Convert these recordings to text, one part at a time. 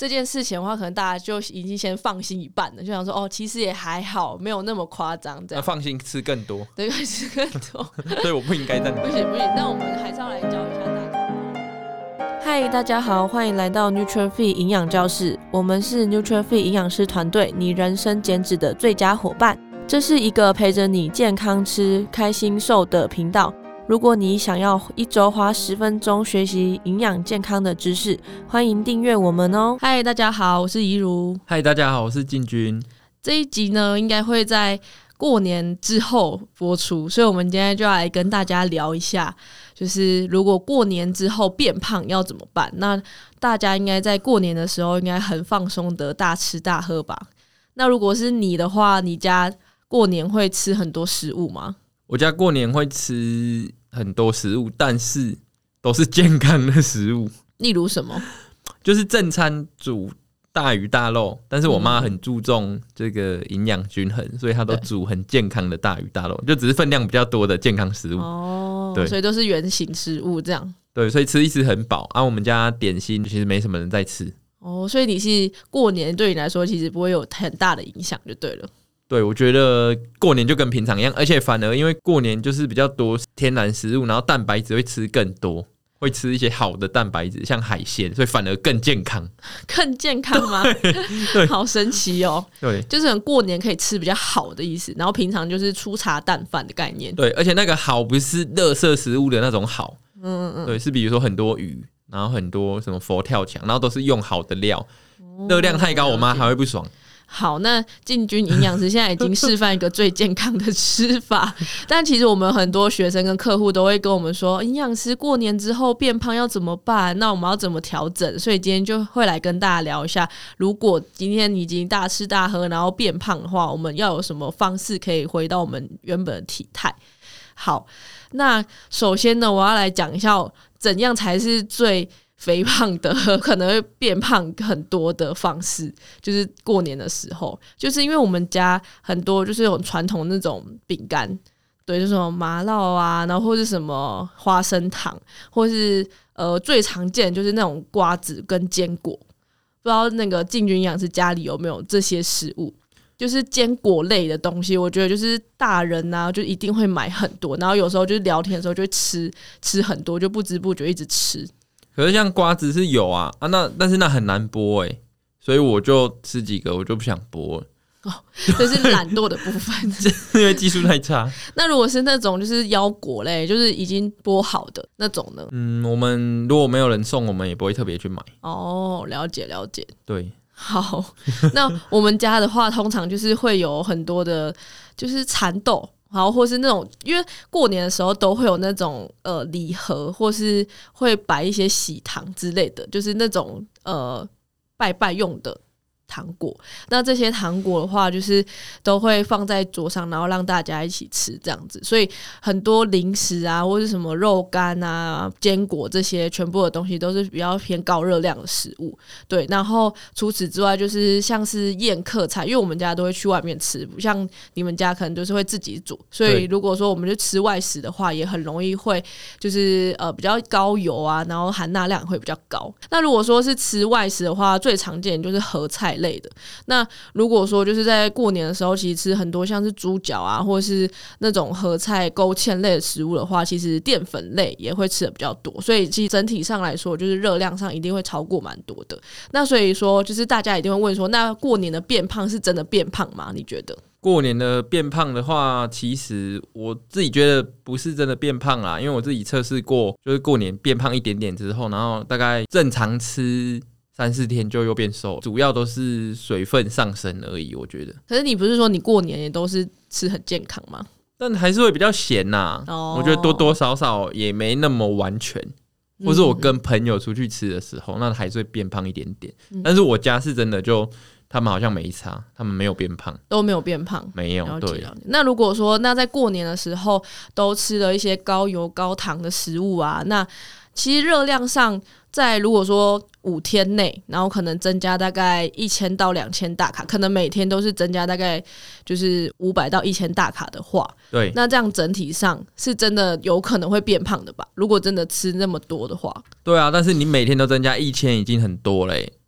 这件事情的话，可能大家就已经先放心一半了，就想说哦，其实也还好，没有那么夸张。这样放心吃更多， 对，吃更多。 所以我不应该这样。 不行，那我们还是要来教一下大家。嗨，大家好，欢迎来到 NutriFit 营养教室。我们是 NutriFit 营养师团队，你人生减脂的最佳伙伴。这是一个陪着你健康吃、开心瘦的频道。如果你想要一周花10分钟学习营养健康的知识，欢迎订阅我们哦。嗨，大家好，我是怡如。 嗨，大家好，我是进军。 这一集呢，应该会在过年之后播出，所以我们今天就要来跟大家聊一下，就是如果过年之后变胖要怎么办。那大家应该在过年的时候应该很放松的大吃大喝吧。那如果是你的话，你家过年会吃很多食物吗？ 我家过年会吃很多食物，但是都是健康的食物。 例如什么？ 就是正餐煮大鱼大肉，但是我妈很注重这个营养均衡，所以她都煮很健康的大鱼大肉，就只是分量比较多的健康食物。 哦， 对， 所以都是原型食物这样。 对，所以吃一吃很饱啊。我们家点心其实没什么人在吃。 哦，所以你是过年对你来说其实不会有很大的影响就对了。 对，我觉得过年就跟平常一样，而且反而因为过年就是比较多天然食物，然后蛋白质会吃更多，会吃一些好的蛋白质，像海鲜，所以反而更健康。 更健康吗？ 对， 好神奇哦。对，就是过年可以吃比较好的意思，然后平常就是粗茶淡饭的概念。 对，而且那个好不是垃圾食物的那种好，对，是比如说很多鱼，然后很多什么佛跳墙，然后都是用好的料，热量太高，我妈还会不爽。 好，那进军营养师现在已经示范一个最健康的吃法，但其实我们很多学生跟客户都会跟我们说，营养师过年之后变胖要怎么办？那我们要怎么调整？所以今天就会来跟大家聊一下，如果今天你已经大吃大喝然后变胖的话，我们要有什么方式可以回到我们原本的体态？好，那首先呢，我要来讲一下怎样才是最肥胖的可能会变胖很多的方式，就是过年的时候，就是因为我们家很多就是有传统那种饼干，对，就是什么麻烙啊，然后或是什么花生糖，或是最常见的就是那种瓜子跟坚果。不知道那个进军营养师家里有没有这些食物？就是坚果类的东西，我觉得就是大人啊，就一定会买很多，然后有时候就是聊天的时候就会吃很多，就不知不觉一直吃。 可是像瓜子是有啊，但是那很难剥所以我就吃几个，我就不想剥了。 哦，这是懒惰的部分， 因为技术太差。 那如果是那种就是腰果类，就是已经剥好的那种呢？ 我们如果没有人送，我们也不会特别去买。 哦，了解。 对， 好，那我们家的话，通常就是会有很多的，就是蚕豆。然后或是那种，因为过年的时候都会有那种礼盒，或是会摆一些喜糖之类的，就是那种拜拜用的糖果。那这些糖果的话，就是都会放在桌上，然后让大家一起吃这样子。所以很多零食啊，或是什么肉干啊、坚果这些，全部的东西都是比较偏高热量的食物。对，然后除此之外，就是像是宴客菜，因为我们家都会去外面吃，不像你们家可能就是会自己煮。所以如果说我们就吃外食的话，也很容易会就是比较高油啊，然后含钠量会比较高。那如果说是吃外食的话，最常见的就是合菜类的。那如果说就是在过年的时候，其实吃很多像是猪脚啊，或是那种合菜勾芡类的食物的话，其实淀粉类也会吃的比较多，所以其实整体上来说，就是热量上一定会超过蛮多的。那所以说，就是大家一定会问说，那过年的变胖是真的变胖吗？你觉得？ 过年的变胖的话，其实我自己觉得不是真的变胖啦，因为我自己测试过，就是过年变胖一点点之后，然后大概正常吃3-4天就又变瘦，主要都是水分上升而已，我觉得。 可是你不是说你过年也都是吃很健康吗？ 但还是会比较咸呐，我觉得多多少少也没那么完全。或是我跟朋友出去吃的时候，那还是会变胖一点点。但是我家是真的就他们好像没差，他们没有变胖， 都没有变胖， 没有。对。 那如果说那在过年的时候都吃了一些高油高糖的食物啊，那其实热量上在如果说5天内，然后可能增加大概1000到2000大卡，可能每天都是增加大概就是500到1000大卡的话， 对， 那这样整体上是真的有可能会变胖的吧？如果真的吃那么多的话。 对啊，但是你每天都增加1000已经很多了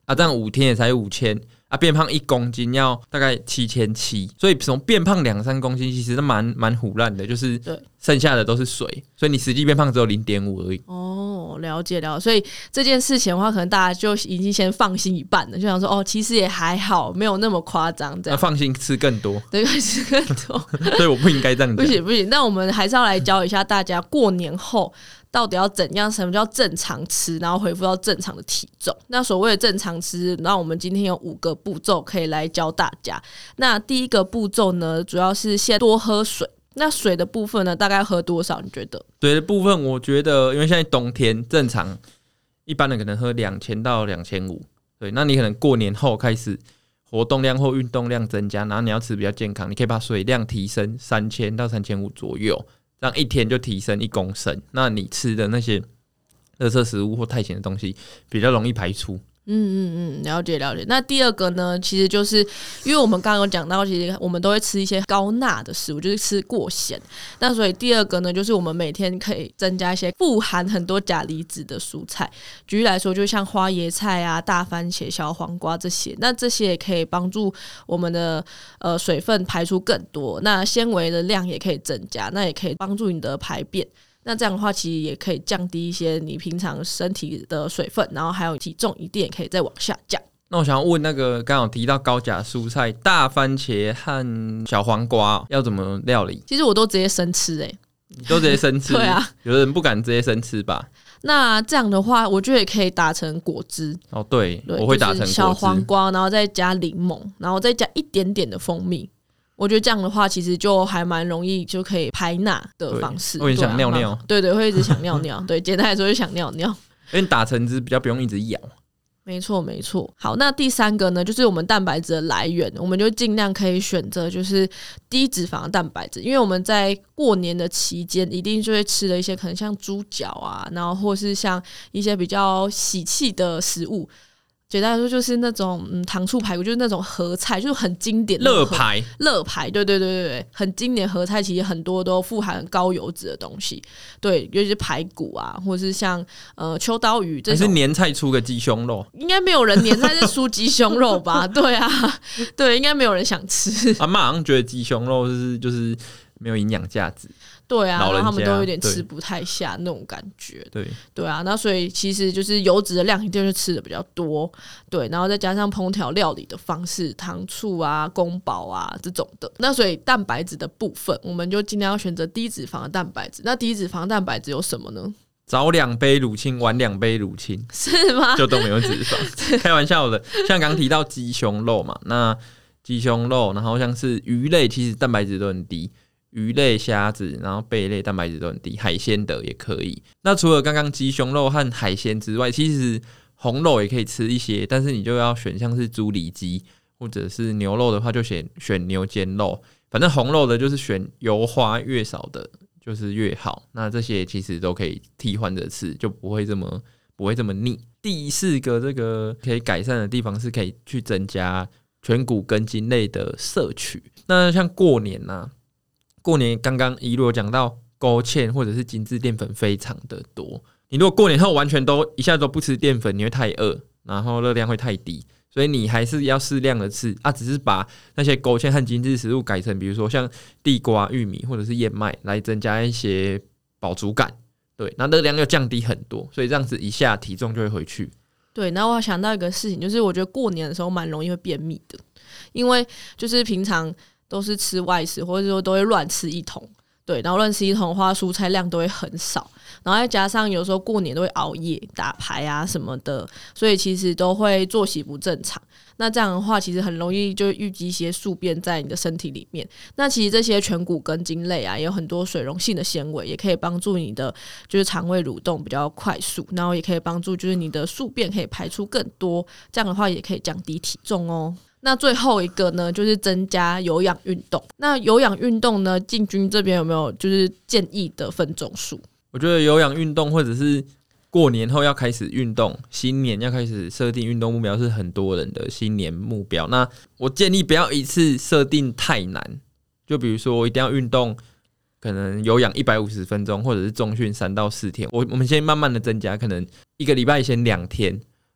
啊，这样5天也才5000啊，变胖1公斤要大概7700，所以从变胖2-3公斤其实蛮唬烂的，就是剩下的都是水，所以你实际变胖只有0.5而已。 哦，了解。所以这件事情的话，可能大家就已经先放心一半了，就想说哦，其实也还好，没有那么夸张。这样放心吃更多， 对，吃更多。 所以我不应该这样讲。 不行，那我们还是要来教一下大家，过年后到底要怎样？什么叫正常吃，然后恢复到正常的体重？那所谓的正常吃，那我们今天有5个步骤可以来教大家。那第一个步骤呢，主要是先多喝水。那水的部分呢，大概喝多少？你觉得？ 水的部分，我觉得因为现在冬天，正常一般人可能喝2000到2500。对，那你可能过年后开始活动量或运动量增加，然后你要吃比较健康，你可以把水量提升3000到3500左右，这样1天就提升1公升。那你吃的那些垃圾食物或太咸的东西比较容易排出。 了解。那第二个呢，其实就是因为我们刚刚有讲到，其实我们都会吃一些高钠的食物，就是吃过咸。那所以第二个呢，就是我们每天可以增加一些富含很多钾离子的蔬菜。举例来说，就像花椰菜啊、大番茄、小黄瓜这些，那这些也可以帮助我们的水分排出更多，那纤维的量也可以增加，那也可以帮助你的排便。那这样的话，其实也可以降低一些你平常身体的水分，然后还有体重一定也可以再往下降。 那我想要问那个刚好提到高钾蔬菜，大番茄和小黄瓜要怎么料理？ 其实我都直接生吃你都直接生吃？ 对啊， 有的人不敢直接生吃吧？ 那这样的话，我觉得也可以打成果汁。 哦，对，我会打成果汁， 小黄瓜，然后再加柠檬，然后再加一点点的蜂蜜。我觉得这样的话，其实就还蛮容易就可以排钠的方式。 会想尿尿， 对，会一直想尿尿。对，简单来说就想尿尿。 因为打成汁比较不用一直咬。 没错。好，那第3个呢，就是我们蛋白质的来源，我们就尽量可以选择就是低脂肪的蛋白质，因为我们在过年的期间一定就会吃的一些可能像猪脚啊，然后或是像一些比较喜气的食物。简单来说就是那种糖醋排骨，就是那种合菜，就是很经典的乐排， 对，很经典合菜，其实很多都富含高油脂的东西，对，尤其是排骨啊，或者是像秋刀鱼这种。 还是年菜出个鸡胸肉？ 应该没有人年菜是出鸡胸肉吧？对啊，对，应该没有人想吃。 阿嬷好像觉得鸡胸肉就是没有营养价值。 对啊，然后他们都有点吃不太下那种感觉。对啊，那所以其实就是油脂的量一定是吃的比较多，对，然后再加上烹调料理的方式，糖醋啊、宫保啊这种的。那所以蛋白质的部分，我们就尽量要选择低脂肪的蛋白质。那低脂肪蛋白质有什么呢？ 早2杯乳清，晚2杯乳清， 是吗？ 就都没有脂肪，开玩笑的。像刚提到鸡胸肉嘛，那鸡胸肉，然后像是鱼类，其实蛋白质都很低。鱼类、虾子，然后贝类蛋白质都很低，海鲜的也可以。那除了刚刚鸡胸肉和海鲜之外，其实红肉也可以吃一些，但是你就要选像是猪里脊，或者是牛肉的话就选牛肩肉。反正红肉的就是选油花越少的就是越好。那这些其实都可以替换着吃，就不会这么腻。第4个这个可以改善的地方是可以去增加全谷根茎类的摄取。那像过年过年刚刚一路有讲到勾芡或者是精致淀粉非常的多，你如果过年后完全都一下都不吃淀粉，你会太饿，然后热量会太低，所以你还是要适量的吃啊，只是把那些勾芡和精致食物改成比如说像地瓜、玉米或者是燕麦来增加一些饱足感，对，那热量又降低很多，所以这样子一下体重就会回去。 对，然后我想到一个事情，就是我觉得过年的时候蛮容易会便秘的，因为就是平常都是吃外食，或者说都会乱吃一通，对，然后乱吃一通的话，蔬菜量都会很少，然后再加上有时候过年都会熬夜打牌啊什么的，所以其实都会作息不正常。那这样的话，其实很容易就淤积一些宿便在你的身体里面。那其实这些全谷根茎类啊，也有很多水溶性的纤维，也可以帮助你的就是肠胃蠕动比较快速，然后也可以帮助就是你的宿便可以排出更多，这样的话也可以降低体重哦。那最后一个呢，就是增加有氧运动。那有氧运动呢，进军这边有没有就是建议的分钟数？ 我觉得有氧运动或者是过年后要开始运动，新年要开始设定运动目标是很多人的新年目标。那我建议不要一次设定太难，就比如说我一定要运动，可能有氧150分钟，或者是重训3到4天。我们先慢慢的增加，可能一个礼拜先2天。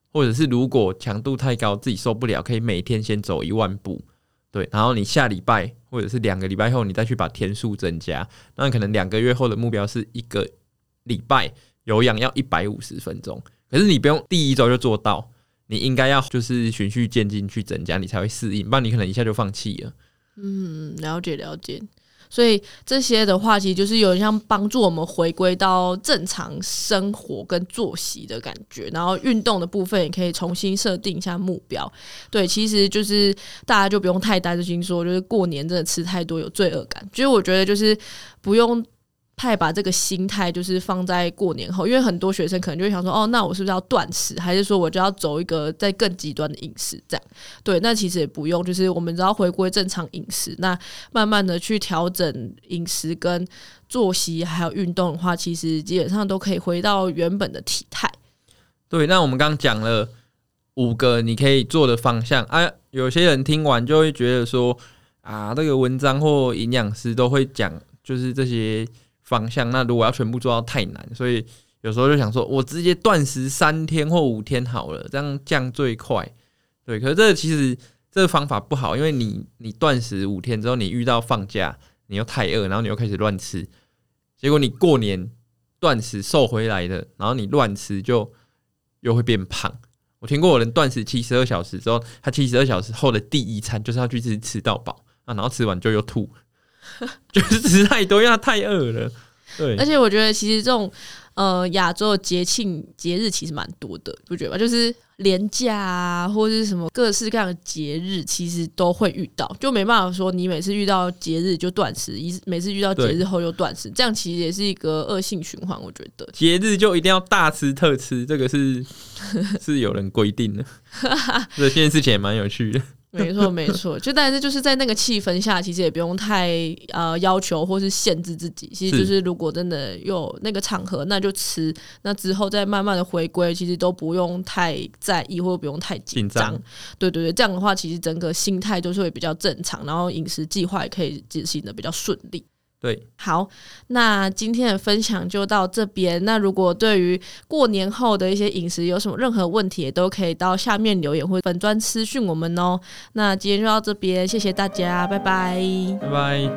或者是如果强度太高自己受不了，可以每天先走1万步，对，然后你下礼拜或者是2个礼拜后你再去把天数增加，那可能2个月后的目标是1个礼拜有氧要150分钟，可是你不用第1周就做到，你应该要就是循序渐进去增加，你才会适应，不然你可能一下就放弃了。 了解了解。所以这些的话其实就是有点像帮助我们回归到正常生活跟作息的感觉，然后运动的部分也可以重新设定一下目标。对，其实就是大家就不用太担心说就是过年真的吃太多有罪恶感，就是我觉得就是不用太把这个心态就是放在过年后，因为很多学生可能就会想说，哦，那我是不是要断食，还是说我就要走一个再更极端的饮食这样？对，那其实也不用，就是我们只要回归正常饮食，那慢慢的去调整饮食跟作息还有运动的话，其实基本上都可以回到原本的体态。 对，那我们刚刚讲了5个你可以做的方向啊，有些人听完就会觉得说啊，这个文章或营养师都会讲就是这些方向，那如果要全部做到太难，所以有时候就想说我直接断食3天或5天好了，这样降最快。对，可是其实这个方法不好，因为你断食5天之后，你遇到放假你又太饿，然后你又开始乱吃，结果你过年断食瘦回来的，然后你乱吃就又会变胖。我听过有人断食72小时之后，他72小时后的第1餐就是要去吃到饱啊，然后吃完就又吐就是吃太多，因为他太饿了。对， 而且我觉得其实这种亚洲的节庆节日其实蛮多的，不觉得吗？就是连假啊，或者是什么各式各样的节日，其实都会遇到，就没办法说你每次遇到节日就断食，每次遇到节日后又断食，这样其实也是一个恶性循环。我觉得节日就一定要大吃特吃，这个是有人规定的。这件事情也蛮有趣的。 没错没错，就但是就是在那个气氛下，其实也不用太要求或是限制自己。其实就是如果真的有那个场合，那就吃，那之后再慢慢的回归，其实都不用太在意或不用太紧张。对对对，这样的话，其实整个心态都是会比较正常，然后饮食计划也可以执行的比较顺利。 对， 好，那今天的分享就到这边。那如果对于过年后的一些饮食有什么任何问题，也都可以到下面留言或粉专私讯我们哦。那今天就到这边，谢谢大家，拜拜， 拜拜。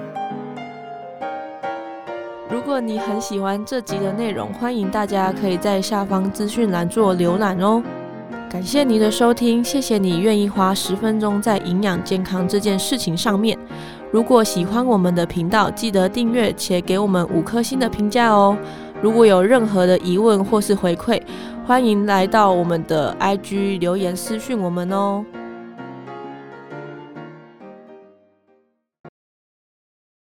如果你很喜欢这集的内容，欢迎大家可以在下方资讯栏做浏览哦。感谢你的收听，谢谢你愿意花10分钟在营养健康这件事情上面。如果喜欢我们的频道，记得订阅且给我们5颗星的评价哦。如果有任何的疑问或是回馈，欢迎来到我们的 IG 留言私讯我们哦。